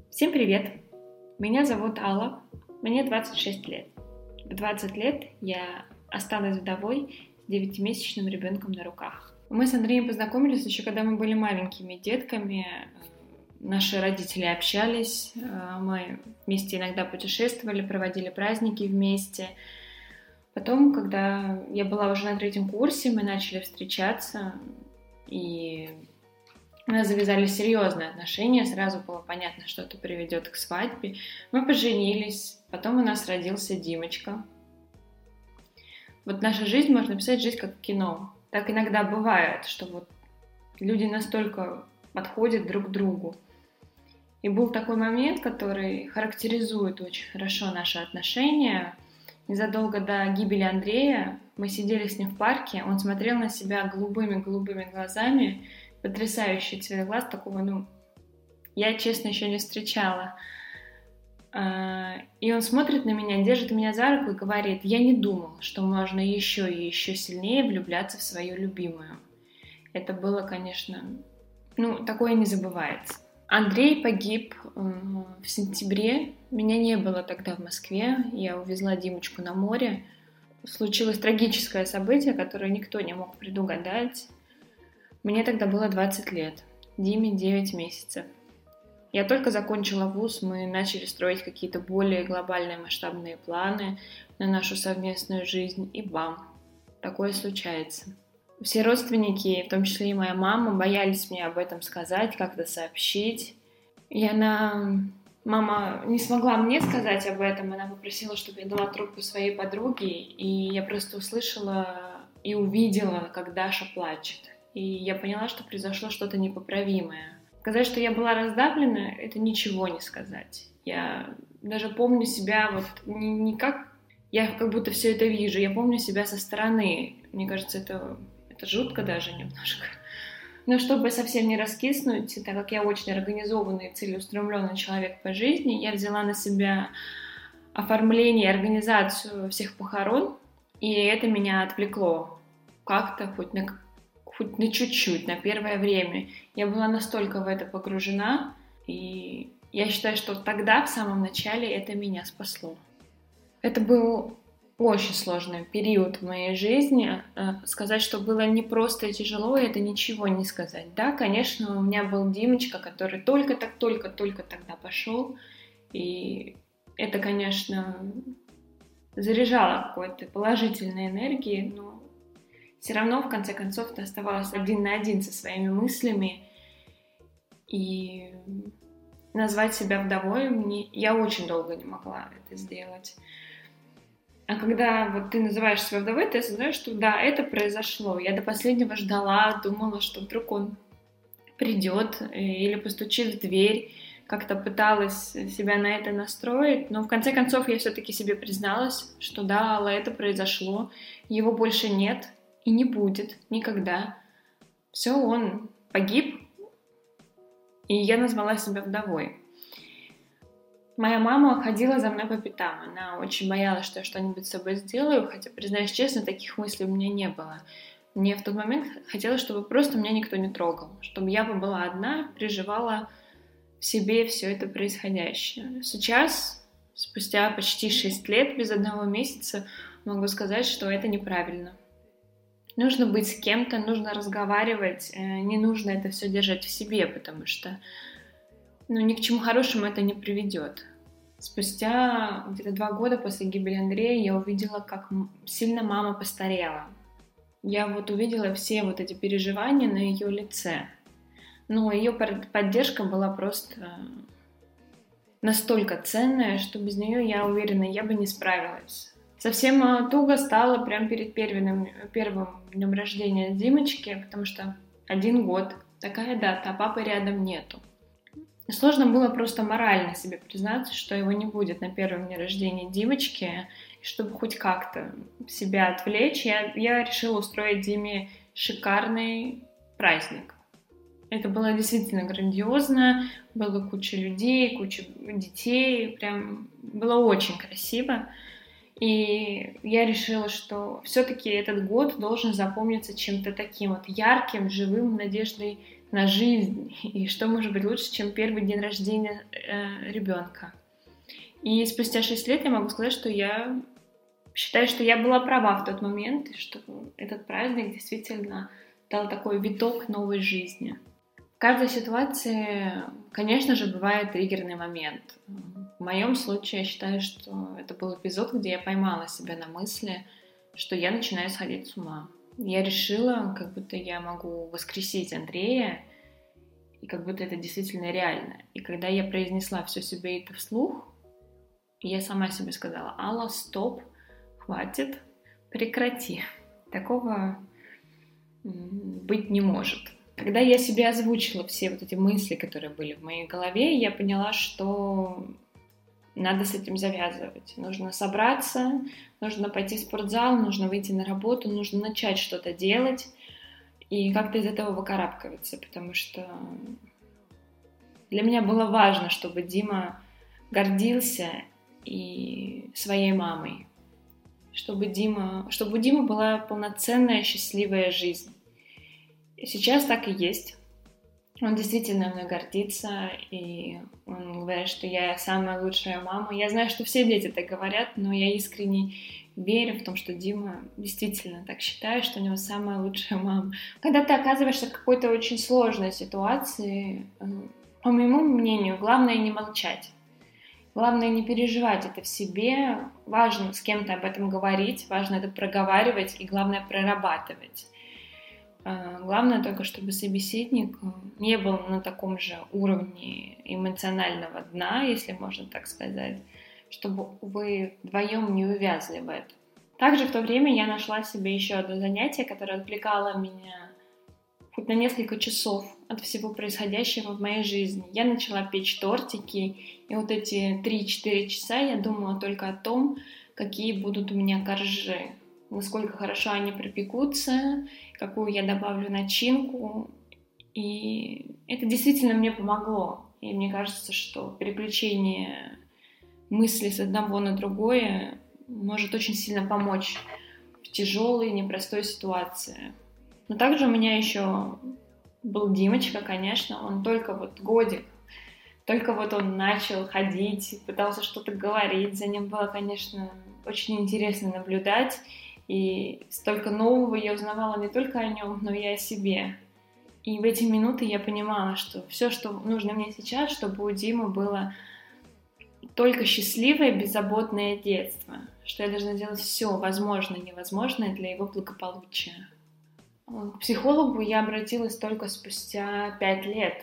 Всем привет! Меня зовут Алла, мне 26 лет. В 20 лет я осталась вдовой с 9-месячным ребенком на руках. Мы с Андреем познакомились еще когда мы были маленькими детками. Наши родители общались, мы вместе иногда путешествовали, проводили праздники вместе. Потом, когда я была уже на 3-м курсе, мы начали встречаться, и у нас завязались серьезные отношения, сразу было понятно, что это приведет к свадьбе. Мы поженились, потом у нас родился Димочка. Вот наша жизнь, можно писать жизнь как кино. Так иногда бывает, что вот люди настолько подходят друг к другу. И был такой момент, который характеризует очень хорошо наши отношения. Незадолго до гибели Андрея мы сидели с ним в парке, он смотрел на себя голубыми глазами, потрясающий цвет глаз, такого, я, честно, еще не встречала. И он смотрит на меня, держит меня за руку и говорит: я не думал, что можно еще и еще сильнее влюбляться в свою любимую. Это было, конечно, такое не забывается. Андрей погиб в сентябре, меня не было тогда в Москве, я увезла Димочку на море. Случилось трагическое событие, которое никто не мог предугадать. Мне тогда было 20 лет, Диме 9 месяцев. Я только закончила вуз, мы начали строить какие-то более глобальные масштабные планы на нашу совместную жизнь, и бам, такое случается. Все родственники, в том числе и моя мама, боялись мне об этом сказать, как-то сообщить. Мама не смогла мне сказать об этом, она попросила, чтобы я дала трубку своей подруге, и я просто услышала и увидела, как Даша плачет. И я поняла, что произошло что-то непоправимое. Сказать, что я была раздавлена, это ничего не сказать. Я даже помню себя не как... Я как будто все это вижу, я помню себя со стороны. Мне кажется, это жутко даже немножко. Но чтобы совсем не раскиснуть, так как я очень организованный и целеустремленный человек по жизни, я взяла на себя оформление и организацию всех похорон, и это меня отвлекло как-то, хоть на чуть-чуть, на первое время. Я была настолько в это погружена, и я считаю, что тогда, в самом начале, это меня спасло. Это был очень сложный период в моей жизни. Сказать, что было непросто и тяжело, это ничего не сказать. Да, конечно, у меня был Димочка, который только тогда пошел, и это, конечно, заряжало какой-то положительной энергией, но все равно, в конце концов, ты оставалась один на один со своими мыслями, и назвать себя вдовой я очень долго не могла это сделать. А когда ты называешь себя вдовой, ты осознаешь, что да, это произошло. Я до последнего ждала, думала, что вдруг он придет или постучит в дверь, как-то пыталась себя на это настроить, но в конце концов я все-таки себе призналась, что да, Алла, это произошло, его больше нет и не будет никогда. Все, он погиб, и я назвала себя вдовой. Моя мама ходила за мной по пятам, она очень боялась, что я что-нибудь с собой сделаю, хотя, признаюсь честно, таких мыслей у меня не было. Мне в тот момент хотелось, чтобы просто меня никто не трогал, чтобы я побыла одна, переживала в себе все это происходящее. Сейчас, спустя почти 6 лет, без 1 месяца, могу сказать, что это неправильно. Нужно быть с кем-то, нужно разговаривать, не нужно это все держать в себе, потому что ни к чему хорошему это не приведет. Спустя где-то 2 года после гибели Андрея я увидела, как сильно мама постарела. Я увидела все эти переживания на ее лице. Но ее поддержка была просто настолько ценная, что без нее, я уверена, я бы не справилась. Совсем туго стало прямо перед первым днем рождения Димочки, потому что 1 год, такая дата, а папы рядом нету. Сложно было просто морально себе признаться, что его не будет на первом дне рождения Димочки, и чтобы хоть как-то себя отвлечь, я решила устроить Диме шикарный праздник. Это было действительно грандиозно, было куча людей, куча детей, прям было очень красиво. И я решила, что все-таки этот год должен запомниться чем-то таким ярким, живым, надеждой на жизнь. И что может быть лучше, чем первый день рождения ребенка. И спустя 6 лет я могу сказать, что я считаю, что я была права в тот момент, и что этот праздник действительно дал такой виток новой жизни. В каждой ситуации, конечно же, бывает триггерный момент. В моем случае я считаю, что это был эпизод, где я поймала себя на мысли, что я начинаю сходить с ума. Я решила, как будто я могу воскресить Андрея, и как будто это действительно реально. И когда я произнесла все себе это вслух, я сама себе сказала: Алла, стоп, хватит, прекрати. Такого быть не может. Когда я себе озвучила все вот эти мысли, которые были в моей голове, я поняла, что надо с этим завязывать. Нужно собраться, нужно пойти в спортзал, нужно выйти на работу, нужно начать что-то делать и как-то из этого выкарабкиваться, потому что для меня было важно, чтобы Дима гордился и своей мамой, чтобы у Димы была полноценная счастливая жизнь. И сейчас так и есть. Он действительно мной гордится, и он говорит, что я самая лучшая мама. Я знаю, что все дети так говорят, но я искренне верю в том, что Дима действительно так считает, что у него самая лучшая мама. Когда ты оказываешься в какой-то очень сложной ситуации, по моему мнению, главное не молчать. Главное не переживать это в себе. Важно с кем-то об этом говорить, важно это проговаривать и, главное, прорабатывать. Главное только, чтобы собеседник не был на таком же уровне эмоционального дна, если можно так сказать, чтобы вы вдвоем не увязли в этом. Также в то время я нашла себе еще одно занятие, которое отвлекало меня хоть на несколько часов от всего происходящего в моей жизни. Я начала печь тортики, и вот эти 3-4 часа я думала только о том, какие будут у меня коржи, насколько хорошо они пропекутся, какую я добавлю начинку. И это действительно мне помогло. И мне кажется, что переключение мыслей с одного на другое может очень сильно помочь в тяжелой, непростой ситуации. Но также у меня еще был Димочка, конечно, он только вот годик, только вот он начал ходить, пытался что-то говорить, за ним было, конечно, очень интересно наблюдать, и столько нового я узнавала не только о нем, но и о себе. И в эти минуты я понимала, что все, что нужно мне сейчас, чтобы у Димы было только счастливое, беззаботное детство, что я должна делать все возможное и невозможное для его благополучия. К психологу я обратилась только спустя 5 лет.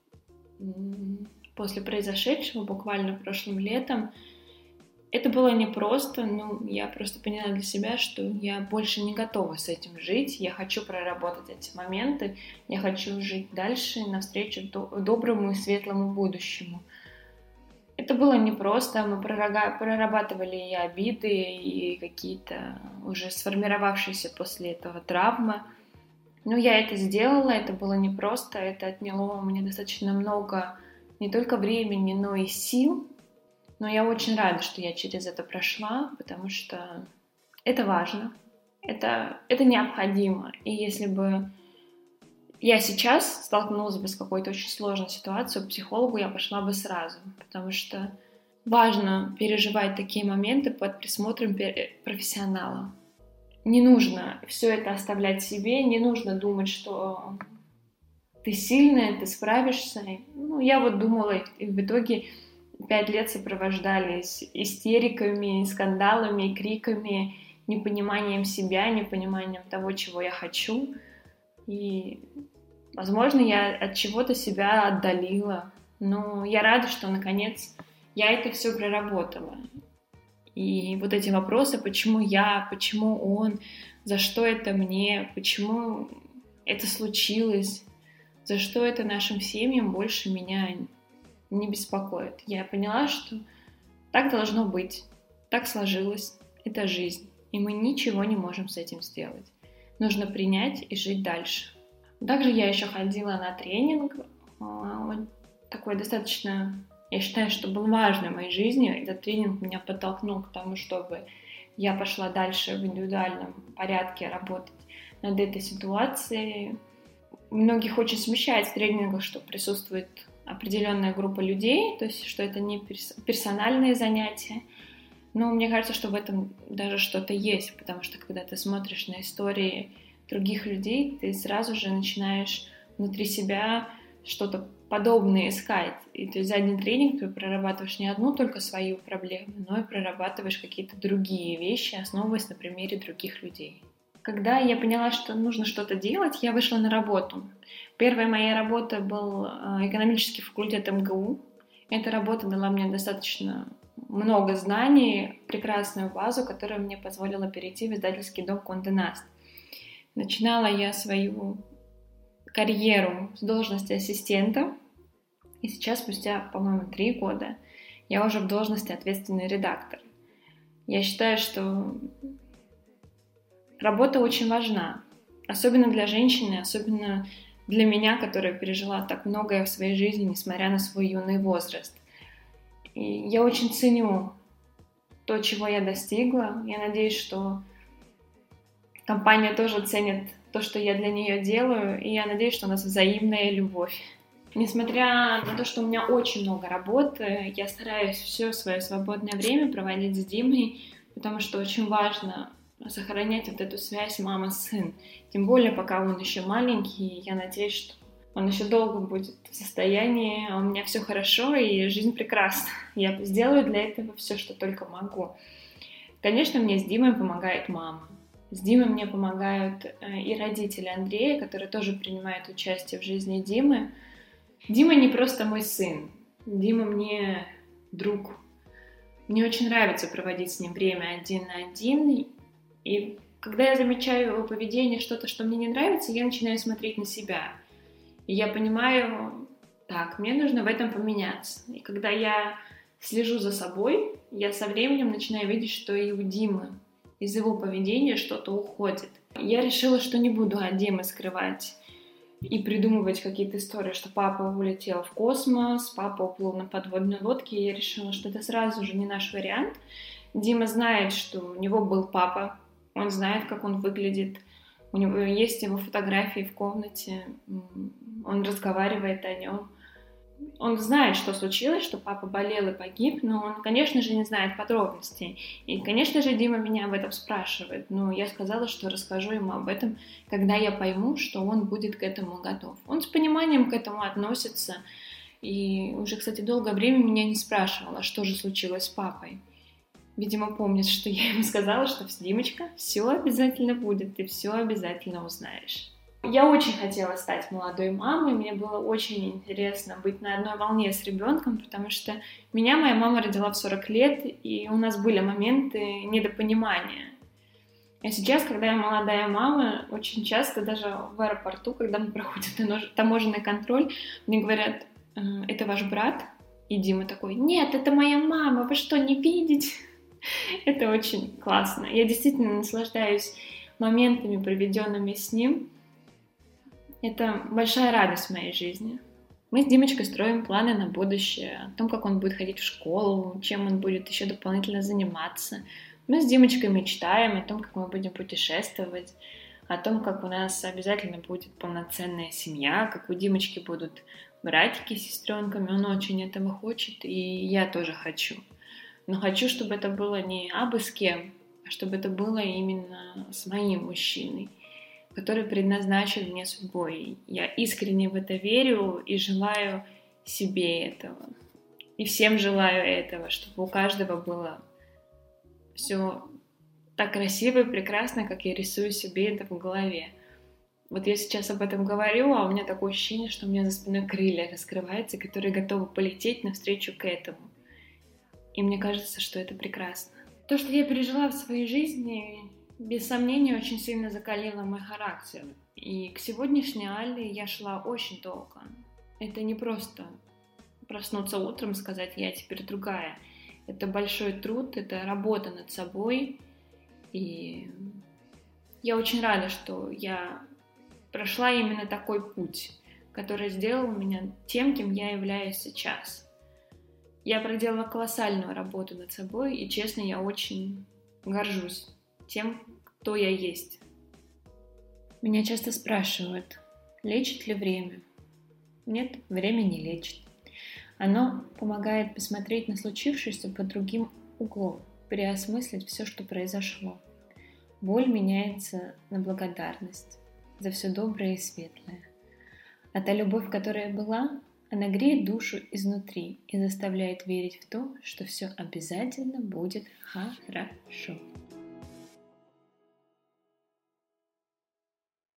После произошедшего, буквально прошлым летом, это было непросто, но я просто поняла для себя, что я больше не готова с этим жить, я хочу проработать эти моменты, я хочу жить дальше навстречу доброму и светлому будущему. Это было непросто, мы прорабатывали и обиды, и какие-то уже сформировавшиеся после этого травмы. Но я это сделала, это было непросто, это отняло у меня достаточно много не только времени, но и сил. Но я очень рада, что я через это прошла, потому что это важно, это необходимо. И если бы я сейчас столкнулась бы с какой-то очень сложной ситуацией, к психологу я пошла бы сразу, потому что важно переживать такие моменты под присмотром профессионала. Не нужно все это оставлять себе, не нужно думать, что ты сильная, ты справишься. Я вот думала, и в итоге 5 лет сопровождались истериками, скандалами, криками, непониманием себя, непониманием того, чего я хочу. И, возможно, я от чего-то себя отдалила. Но я рада, что, наконец, я это все проработала. И вот эти вопросы, почему я, почему он, за что это мне, почему это случилось, за что это нашим семьям, больше меня не беспокоит. Я поняла, что так должно быть, так сложилось, это жизнь, и мы ничего не можем с этим сделать. Нужно принять и жить дальше. Также я еще ходила на тренинг, такой достаточно, я считаю, что был важный в моей жизни. Этот тренинг меня подтолкнул к тому, чтобы я пошла дальше в индивидуальном порядке работать над этой ситуацией. многих очень смущает в тренингах, что присутствует определенная группа людей, то есть что это не персональные занятия. Но мне кажется, что в этом даже что-то есть, потому что когда ты смотришь на истории других людей, ты сразу же начинаешь внутри себя что-то подобное искать. И то есть за один тренинг ты прорабатываешь не одну только свою проблему, но и прорабатываешь какие-то другие вещи, основываясь на примере других людей. Когда я поняла, что нужно что-то делать, я вышла на работу. Первая моя работа был экономический факультет МГУ. Эта работа дала мне достаточно много знаний, прекрасную базу, которая мне позволила перейти в издательский дом Condé Nast. Начинала я свою карьеру с должности ассистента, и сейчас, спустя, по-моему, 3 года, я уже в должности ответственный редактор. Я считаю, что работа очень важна, особенно для женщины, особенно для меня, которая пережила так многое в своей жизни, несмотря на свой юный возраст. И я очень ценю то, чего я достигла. Я надеюсь, что компания тоже ценит то, что я для нее делаю, и я надеюсь, что у нас взаимная любовь. Несмотря на то, что у меня очень много работы, я стараюсь все свое свободное время проводить с Димой, потому что очень важно сохранять вот эту связь мама-сын. Тем более, пока он еще маленький, я надеюсь, что он еще долго будет в состоянии, а у меня все хорошо, и жизнь прекрасна. Я сделаю для этого все, что только могу. Конечно, мне с Димой помогает мама. С Димой мне помогают и родители Андрея, которые тоже принимают участие в жизни Димы. Дима не просто мой сын. Дима мне друг. Мне очень нравится проводить с ним время один на один. И когда я замечаю его поведение, что-то, что мне не нравится, я начинаю смотреть на себя. И я понимаю, так, мне нужно в этом поменяться. И когда я слежу за собой, я со временем начинаю видеть, что и у Димы из его поведения что-то уходит. Я решила, что не буду от Димы скрывать и придумывать какие-то истории, что папа улетел в космос, папа уплыл на подводной лодке. И я решила, что это сразу же не наш вариант. Дима знает, что у него был папа, он знает, как он выглядит, у него есть его фотографии в комнате, он разговаривает о нем. Он знает, что случилось, что папа болел и погиб, но он, конечно же, не знает подробностей. И, конечно же, Дима меня об этом спрашивает, но я сказала, что расскажу ему об этом, когда я пойму, что он будет к этому готов. Он с пониманием к этому относится, и уже, кстати, долгое время меня не спрашивал, а что же случилось с папой. Видимо, помнит, что я ему сказала, что Димочка, все обязательно будет, ты все обязательно узнаешь. Я очень хотела стать молодой мамой, мне было очень интересно быть на одной волне с ребенком, потому что меня моя мама родила в 40 лет, и у нас были моменты недопонимания. А сейчас, когда я молодая мама, очень часто даже в аэропорту, когда мы проходим таможенный контроль, мне говорят, это ваш брат? И Дима такой, нет, это моя мама, вы что, не видите? Это очень классно. Я действительно наслаждаюсь моментами, проведенными с ним. Это большая радость в моей жизни. Мы с Димочкой строим планы на будущее, о том, как он будет ходить в школу, чем он будет еще дополнительно заниматься. Мы с Димочкой мечтаем о том, как мы будем путешествовать, о том, как у нас обязательно будет полноценная семья, как у Димочки будут братики с сестренками. Он очень этого хочет, и я тоже хочу. Но хочу, чтобы это было не абы с кем, а чтобы это было именно с моим мужчиной, который предназначен мне судьбой. Я искренне в это верю и желаю себе этого. И всем желаю этого, чтобы у каждого было все так красиво и прекрасно, как я рисую себе это в голове. Вот я сейчас об этом говорю, а у меня такое ощущение, что у меня за спиной крылья раскрываются, которые готовы полететь навстречу к этому. И мне кажется, что это прекрасно. То, что я пережила в своей жизни, без сомнения, очень сильно закалило мой характер. И к сегодняшней Алле я шла очень долго. Это не просто проснуться утром и сказать «я теперь другая». Это большой труд, это работа над собой. И я очень рада, что я прошла именно такой путь, который сделал меня тем, кем я являюсь сейчас. Я проделала колоссальную работу над собой, и, честно, я очень горжусь тем, кто я есть. Меня часто спрашивают, Лечит ли время? Нет, время не лечит. Оно помогает посмотреть на случившееся под другим углом, переосмыслить все, что произошло. Боль меняется на благодарность за все доброе и светлое. А та любовь, которая была, она греет душу изнутри и заставляет верить в то, что все обязательно будет хорошо.